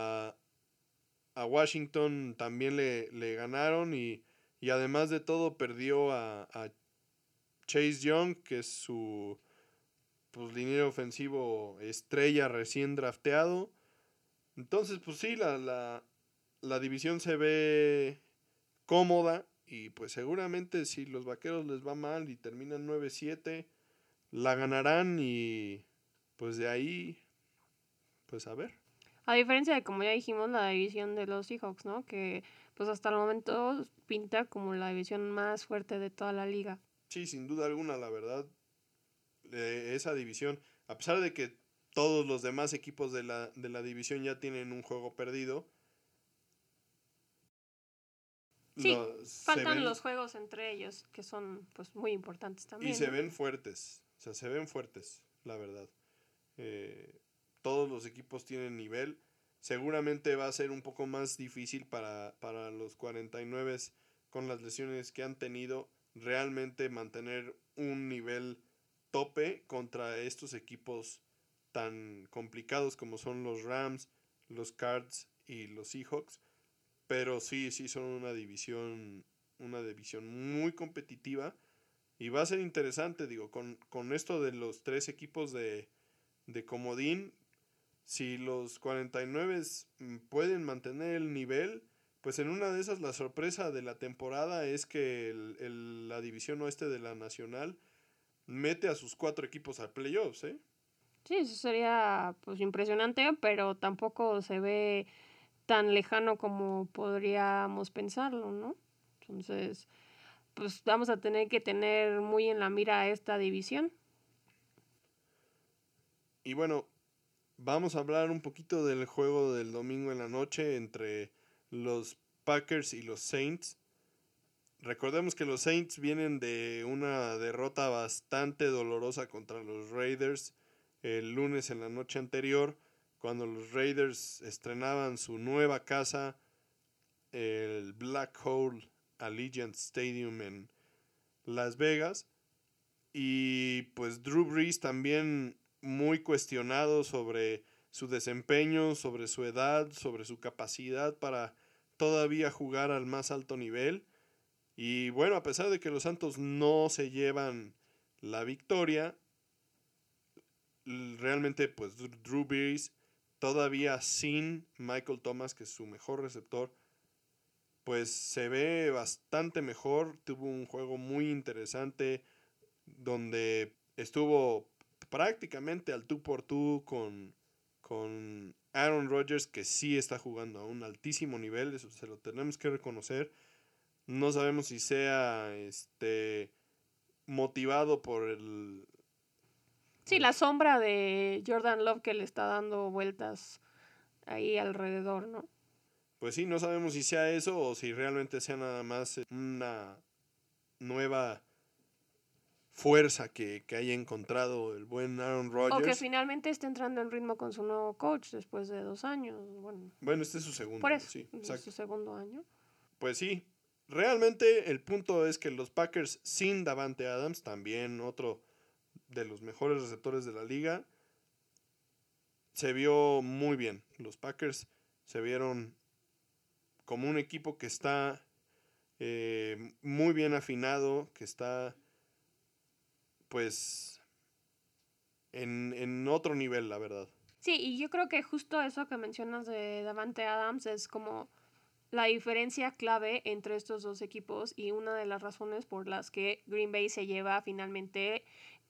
a Washington también le ganaron y además de todo perdió a Chase Young, que es su pues, liniero ofensivo estrella recién drafteado. Entonces, pues sí, la división se ve cómoda y pues seguramente si los Vaqueros les va mal y terminan 9-7, la ganarán y pues de ahí, pues a ver.
A diferencia de, como ya dijimos, la división de los Seahawks, ¿no? Que pues hasta el momento pinta como la división más fuerte de toda la liga.
Sí, sin duda alguna, la verdad, esa división, a pesar de que todos los demás equipos de la división ya tienen un juego perdido,
Sí,
se
faltan
ven
los juegos entre ellos, que son pues muy importantes
y
también,
se
¿no?
ven fuertes, o sea, se ven fuertes, la verdad. Eh, Todos los equipos tienen nivel. Seguramente va a ser un poco más difícil para los 49 con las lesiones que han tenido realmente mantener un nivel tope contra estos equipos tan complicados como son los Rams, los Cards y los Seahawks. Pero sí, sí son una división muy competitiva y va a ser interesante, digo, con esto de los tres equipos de comodín, si los 49 pueden mantener el nivel, pues en una de esas la sorpresa de la temporada es que la división oeste de la Nacional mete a sus 4 equipos a playoffs, ¿eh?
Sí, eso sería pues impresionante, pero tampoco se ve tan lejano como podríamos pensarlo, ¿no? Entonces, pues vamos a tener que tener muy en la mira esta división.
Y bueno, vamos a hablar un poquito del juego del domingo en la noche entre los Packers y los Saints. Recordemos que los Saints vienen de una derrota bastante dolorosa contra los Raiders el lunes en la noche anterior, cuando los Raiders estrenaban su nueva casa, el Black Hole Allegiant Stadium en Las Vegas. Y pues Drew Brees también muy cuestionado sobre su desempeño, sobre su edad, sobre su capacidad para todavía jugar al más alto nivel. Y bueno, a pesar de que los Santos no se llevan la victoria, realmente pues Drew Brees todavía sin Michael Thomas, que es su mejor receptor, pues se ve bastante mejor. Tuvo un juego muy interesante donde estuvo prácticamente al tú por tú con Aaron Rodgers, que sí está jugando a un altísimo nivel, eso se lo tenemos que reconocer. No sabemos si sea motivado por el
Sí, la
pues
sombra de Jordan Love que le está dando vueltas ahí alrededor, ¿no?
pues sí, no sabemos si sea eso o si realmente sea nada más una nueva fuerza que haya encontrado el buen Aaron
O que
Rodgers.
finalmente esté entrando en ritmo con su nuevo coach después de 2 años. Bueno,
Bueno, este es su
por
segundo,
eso,
sí,
es su
exacto.
segundo año.
Pues sí, realmente el punto es que los Packers sin Davante Adams, también otro de los mejores receptores de la liga, se vio muy bien. Los Packers se vieron como un equipo que está muy bien afinado, que está pues en otro nivel, la verdad.
Sí, y yo creo que justo eso que mencionas de Davante Adams es como la diferencia clave entre estos dos equipos y una de las razones por las que Green Bay se lleva finalmente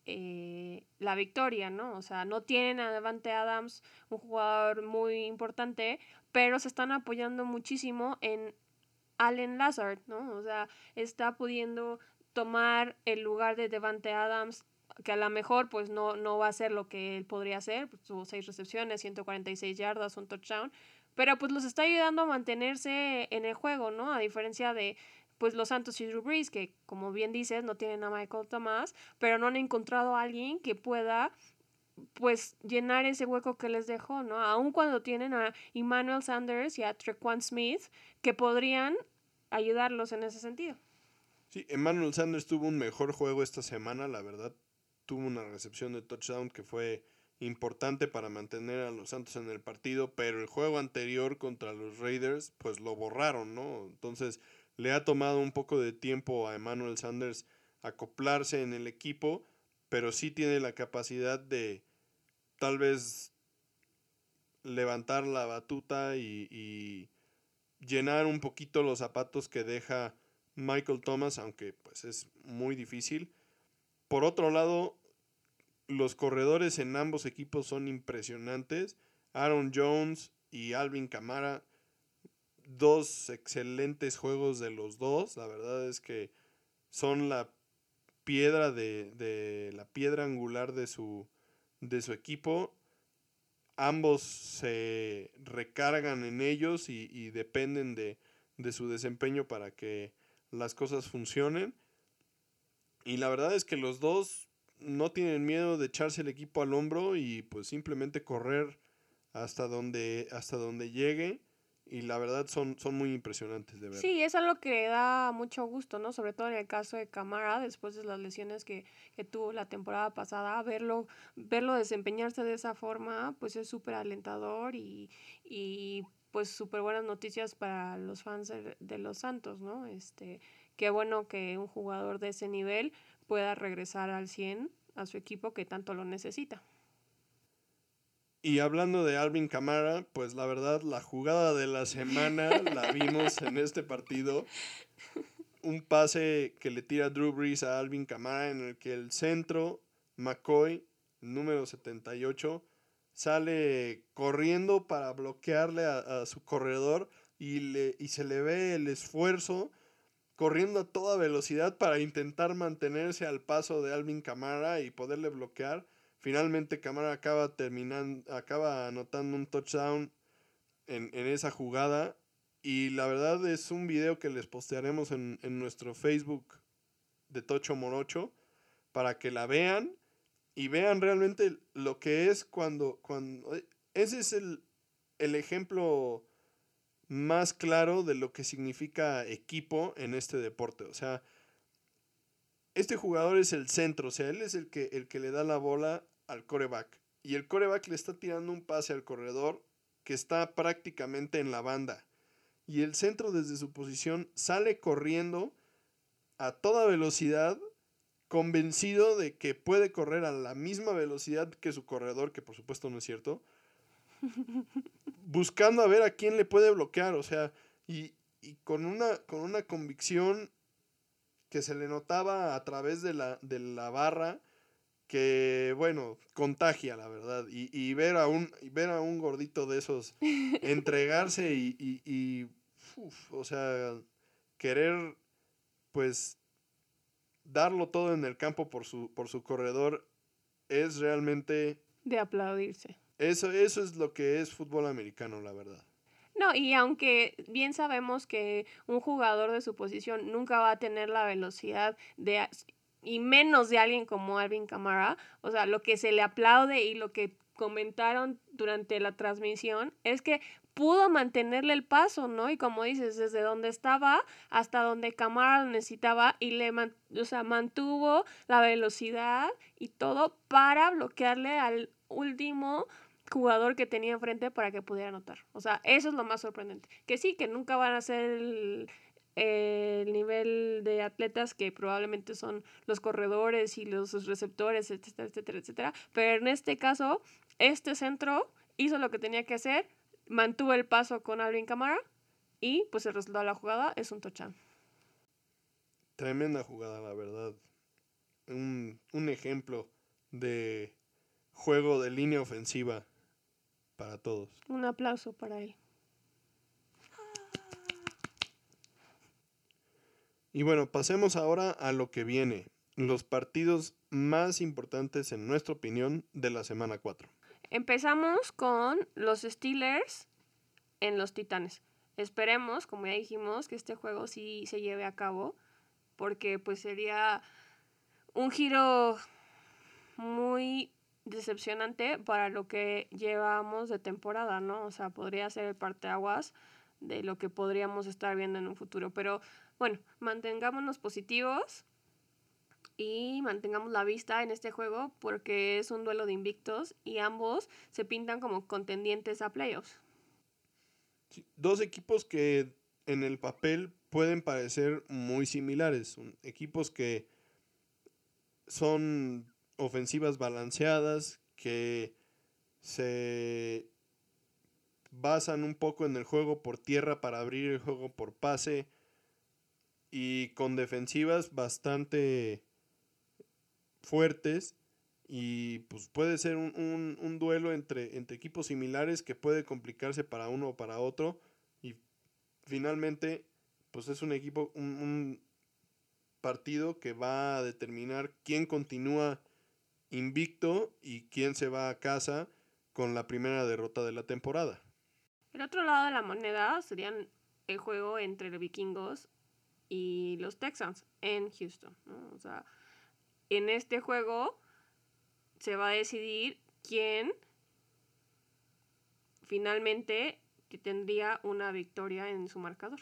la victoria, ¿no? O sea, no tienen a Davante Adams, un jugador muy importante, pero se están apoyando muchísimo en Allen Lazard, ¿no? O sea, está pudiendo tomar el lugar de Davante Adams, que a lo mejor pues no va a ser lo que él podría hacer, pues, tuvo 6 recepciones, 146 yardas, un touchdown, pero pues los está ayudando a mantenerse en el juego, ¿no? A diferencia de pues los Santos y Drew Brees, que como bien dices, no tienen a Michael Thomas, pero no han encontrado a alguien que pueda pues llenar ese hueco que les dejó, ¿no? Aun cuando tienen a Emmanuel Sanders y a Tre'Quan Smith, que podrían ayudarlos en ese sentido.
Sí, Emmanuel Sanders tuvo un mejor juego esta semana, la verdad. Tuvo una recepción de touchdown que fue importante para mantener a los Santos en el partido, pero el juego anterior contra los Raiders, pues lo borraron, ¿no? Entonces le ha tomado un poco de tiempo a Emmanuel Sanders acoplarse en el equipo, pero sí tiene la capacidad de tal vez levantar la batuta y llenar un poquito los zapatos que deja Michael Thomas, aunque pues es muy difícil. Por otro lado, los corredores en ambos equipos son impresionantes. Aaron Jones y Alvin Kamara, dos excelentes juegos de los dos. La verdad es que son la piedra de la piedra angular de su equipo. Ambos se recargan en ellos y dependen de su desempeño para que las cosas funcionen. Y la verdad es que los dos no tienen miedo de echarse el equipo al hombro y pues simplemente correr hasta donde llegue. Y la verdad son muy impresionantes de ver.
Sí, es algo que da mucho gusto, ¿no? Sobre todo en el caso de Camara, después de las lesiones que tuvo la temporada pasada, verlo desempeñarse de esa forma, pues es súper alentador y pues súper buenas noticias para los fans de los Santos, ¿no? Qué bueno que un jugador de ese nivel pueda regresar al 100 a su equipo que tanto lo necesita.
Y hablando de Alvin Kamara, pues la verdad la jugada de la semana la vimos en este partido. Un pase que le tira Drew Brees a Alvin Kamara en el que el centro, McCoy, número 78, sale corriendo para bloquearle a su corredor y se le ve el esfuerzo corriendo a toda velocidad para intentar mantenerse al paso de Alvin Kamara y poderle bloquear. Finalmente Kamara acaba anotando un touchdown en esa jugada. Y la verdad es un video que les postearemos en nuestro Facebook de Tocho Morocho para que la vean y vean realmente lo que es cuando ese es el ejemplo más claro de lo que significa equipo en este deporte. O sea, este jugador es el centro, o sea, él es el que le da la bola al quarterback. Y el quarterback le está tirando un pase al corredor que está prácticamente en la banda. Y el centro desde su posición sale corriendo a toda velocidad, convencido de que puede correr a la misma velocidad que su corredor, que por supuesto no es cierto, buscando a ver a quién le puede bloquear, o sea, y con una convicción que se le notaba a través de la barra, que bueno, contagia la verdad, ver a un gordito de esos entregarse uf, o sea, querer pues darlo todo en el campo por su corredor es realmente
De aplaudirse.
eso es lo que es fútbol americano, la verdad.
No, y aunque bien sabemos que un jugador de su posición nunca va a tener la velocidad y menos de alguien como Alvin Kamara, o sea, lo que se le aplaude y lo que comentaron durante la transmisión es que pudo mantenerle el paso, ¿no? Y como dices, desde donde estaba hasta donde Kamara lo necesitaba y o sea, mantuvo la velocidad y todo para bloquearle al último jugador que tenía enfrente para que pudiera anotar. O sea, eso es lo más sorprendente. Que sí, que nunca van a ser el nivel de atletas que probablemente son los corredores y los receptores, etcétera, etcétera, etcétera. Pero en este caso, este centro hizo lo que tenía que hacer, mantuvo el paso con Alvin Kamara y pues el resultado de la jugada es un touchdown.
Tremenda jugada, la verdad. Un ejemplo de juego de línea ofensiva para todos.
Un aplauso para él.
Y bueno, pasemos ahora a lo que viene. Los partidos más importantes, en nuestra opinión, de la semana 4.
Empezamos con los Steelers en los Titanes. Esperemos, como ya dijimos, que este juego sí se lleve a cabo, porque pues sería un giro muy decepcionante para lo que llevamos de temporada, ¿no? O sea, podría ser el parteaguas de lo que podríamos estar viendo en un futuro. Pero bueno, mantengámonos positivos y mantengamos la vista en este juego porque es un duelo de invictos y ambos se pintan como contendientes a playoffs.
Sí, dos equipos que en el papel pueden parecer muy similares. Equipos que son ofensivas balanceadas, que se basan un poco en el juego por tierra para abrir el juego por pase y con defensivas bastante fuertes. Y pues puede ser un duelo entre equipos similares que puede complicarse para uno o para otro. Y finalmente, pues es un equipo, un partido que va a determinar quién continúa invicto y quién se va a casa con la primera derrota de la temporada.
El otro lado de la moneda serían el juego entre los vikingos y los Texans en Houston, ¿no? O sea, en este juego se va a decidir quién finalmente tendría una victoria en su marcador.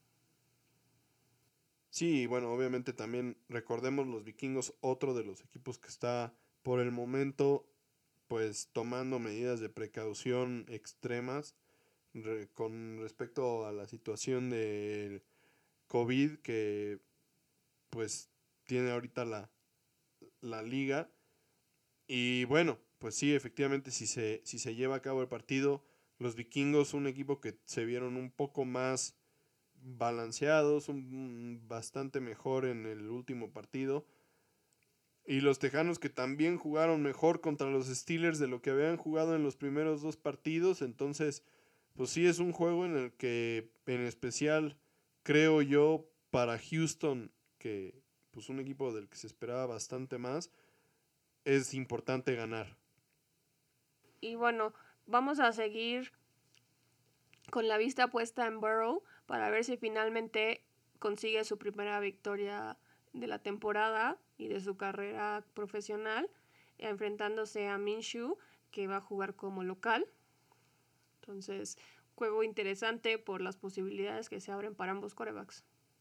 Sí, bueno, obviamente también recordemos los vikingos, otro de los equipos que está por el momento pues tomando medidas de precaución extremas con respecto a la situación del COVID que pues tiene ahorita la liga. Y bueno, pues sí, efectivamente, si se lleva a cabo el partido, los vikingos, un equipo que se vieron un poco más balanceados, bastante mejor en el último partido. Y los tejanos que también jugaron mejor contra los Steelers de lo que habían jugado en los primeros dos partidos. Entonces, pues sí es un juego en el que, en especial, creo yo, para Houston, que pues un equipo del que se esperaba bastante más, es importante ganar.
Y bueno, vamos a seguir con la vista puesta en Burrow para ver si finalmente consigue su primera victoria de la temporada y de su carrera profesional, enfrentándose a Minshew, que va a jugar como local. Entonces, juego interesante por las posibilidades que se abren para ambos quarterbacks.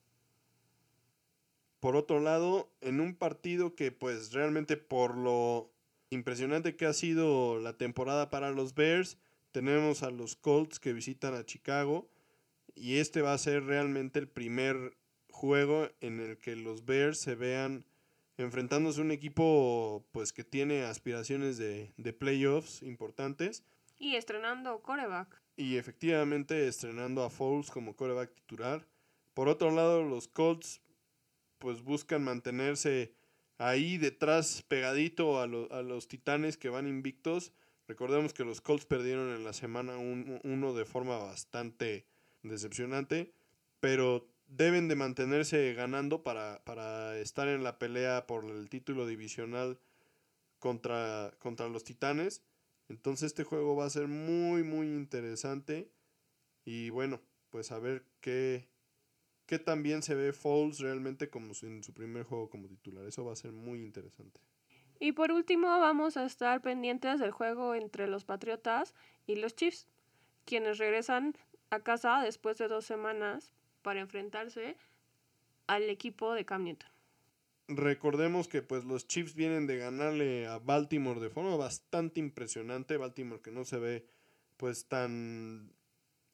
Por otro lado, en un partido que pues realmente por lo impresionante que ha sido la temporada para los Bears, tenemos a los Colts que visitan a Chicago y este va a ser realmente el primer juego en el que los Bears se vean enfrentándose a un equipo pues que tiene aspiraciones de playoffs importantes.
Y estrenando quarterback.
Y efectivamente estrenando a Foles como quarterback titular. Por otro lado, los Colts pues buscan mantenerse ahí detrás pegadito a los Titanes que van invictos. Recordemos que los Colts perdieron en la semana 1 de forma bastante decepcionante, pero deben de mantenerse ganando para estar en la pelea por el título divisional contra los Titanes. Entonces este juego va a ser muy muy interesante y bueno, pues a ver qué tan bien se ve Foles realmente como en su primer juego como titular. Eso va a ser muy interesante.
Y por último, vamos a estar pendientes del juego entre los Patriotas y los Chiefs, quienes regresan a casa después de 2 semanas para enfrentarse al equipo de Cam Newton.
Recordemos que pues los Chiefs vienen de ganarle a Baltimore de forma bastante impresionante. Baltimore que no se ve pues tan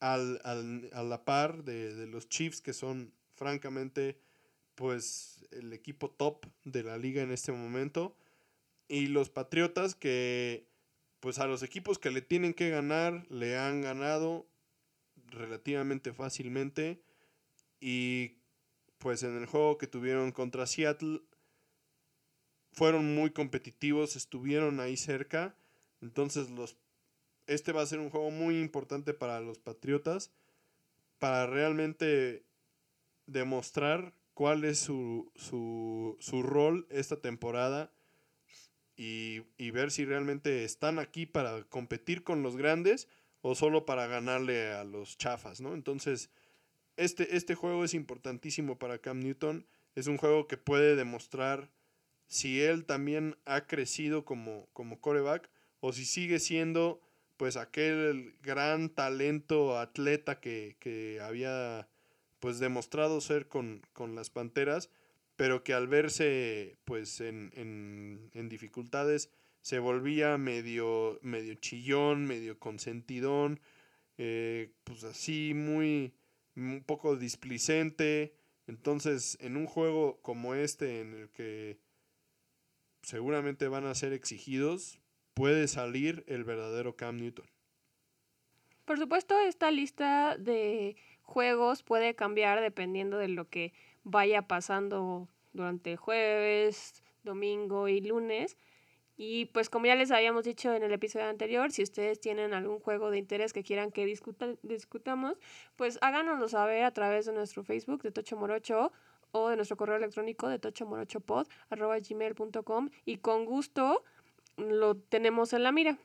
a la par de los Chiefs, que son francamente pues el equipo top de la liga en este momento, y los Patriotas, que pues a los equipos que le tienen que ganar le han ganado relativamente fácilmente, y pues en el juego que tuvieron contra Seattle fueron muy competitivos, estuvieron ahí cerca. Entonces este va a ser un juego muy importante para los Patriotas, para realmente demostrar cuál es su rol esta temporada, y ver si realmente están aquí para competir con los grandes o solo para ganarle a los chafas, ¿no? Entonces, este juego es importantísimo para Cam Newton. Es un juego que puede demostrar si él también ha crecido como quarterback, o si sigue siendo pues aquel gran talento atleta que había pues demostrado ser con las Panteras, pero que al verse pues en dificultades se volvía medio chillón, medio consentidón, pues así un poco displicente. Entonces, en un juego como este, en el que seguramente van a ser exigidos, puede salir el verdadero Cam Newton.
Por supuesto, esta lista de juegos puede cambiar dependiendo de lo que vaya pasando durante jueves, domingo y lunes. Y pues como ya les habíamos dicho en el episodio anterior, si ustedes tienen algún juego de interés que quieran que discutamos, pues háganoslo saber a través de nuestro Facebook de Tocho Morocho o de nuestro correo electrónico de tochomorochopod@gmail.com, y con gusto lo tenemos en la mira.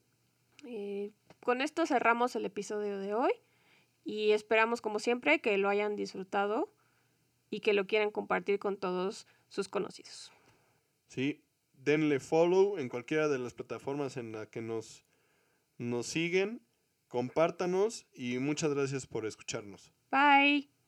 Con esto cerramos el episodio de hoy y esperamos como siempre que lo hayan disfrutado y que lo quieran compartir con todos sus conocidos.
Sí, denle follow en cualquiera de las plataformas en las que nos siguen, compártanos y muchas gracias por escucharnos.
Bye.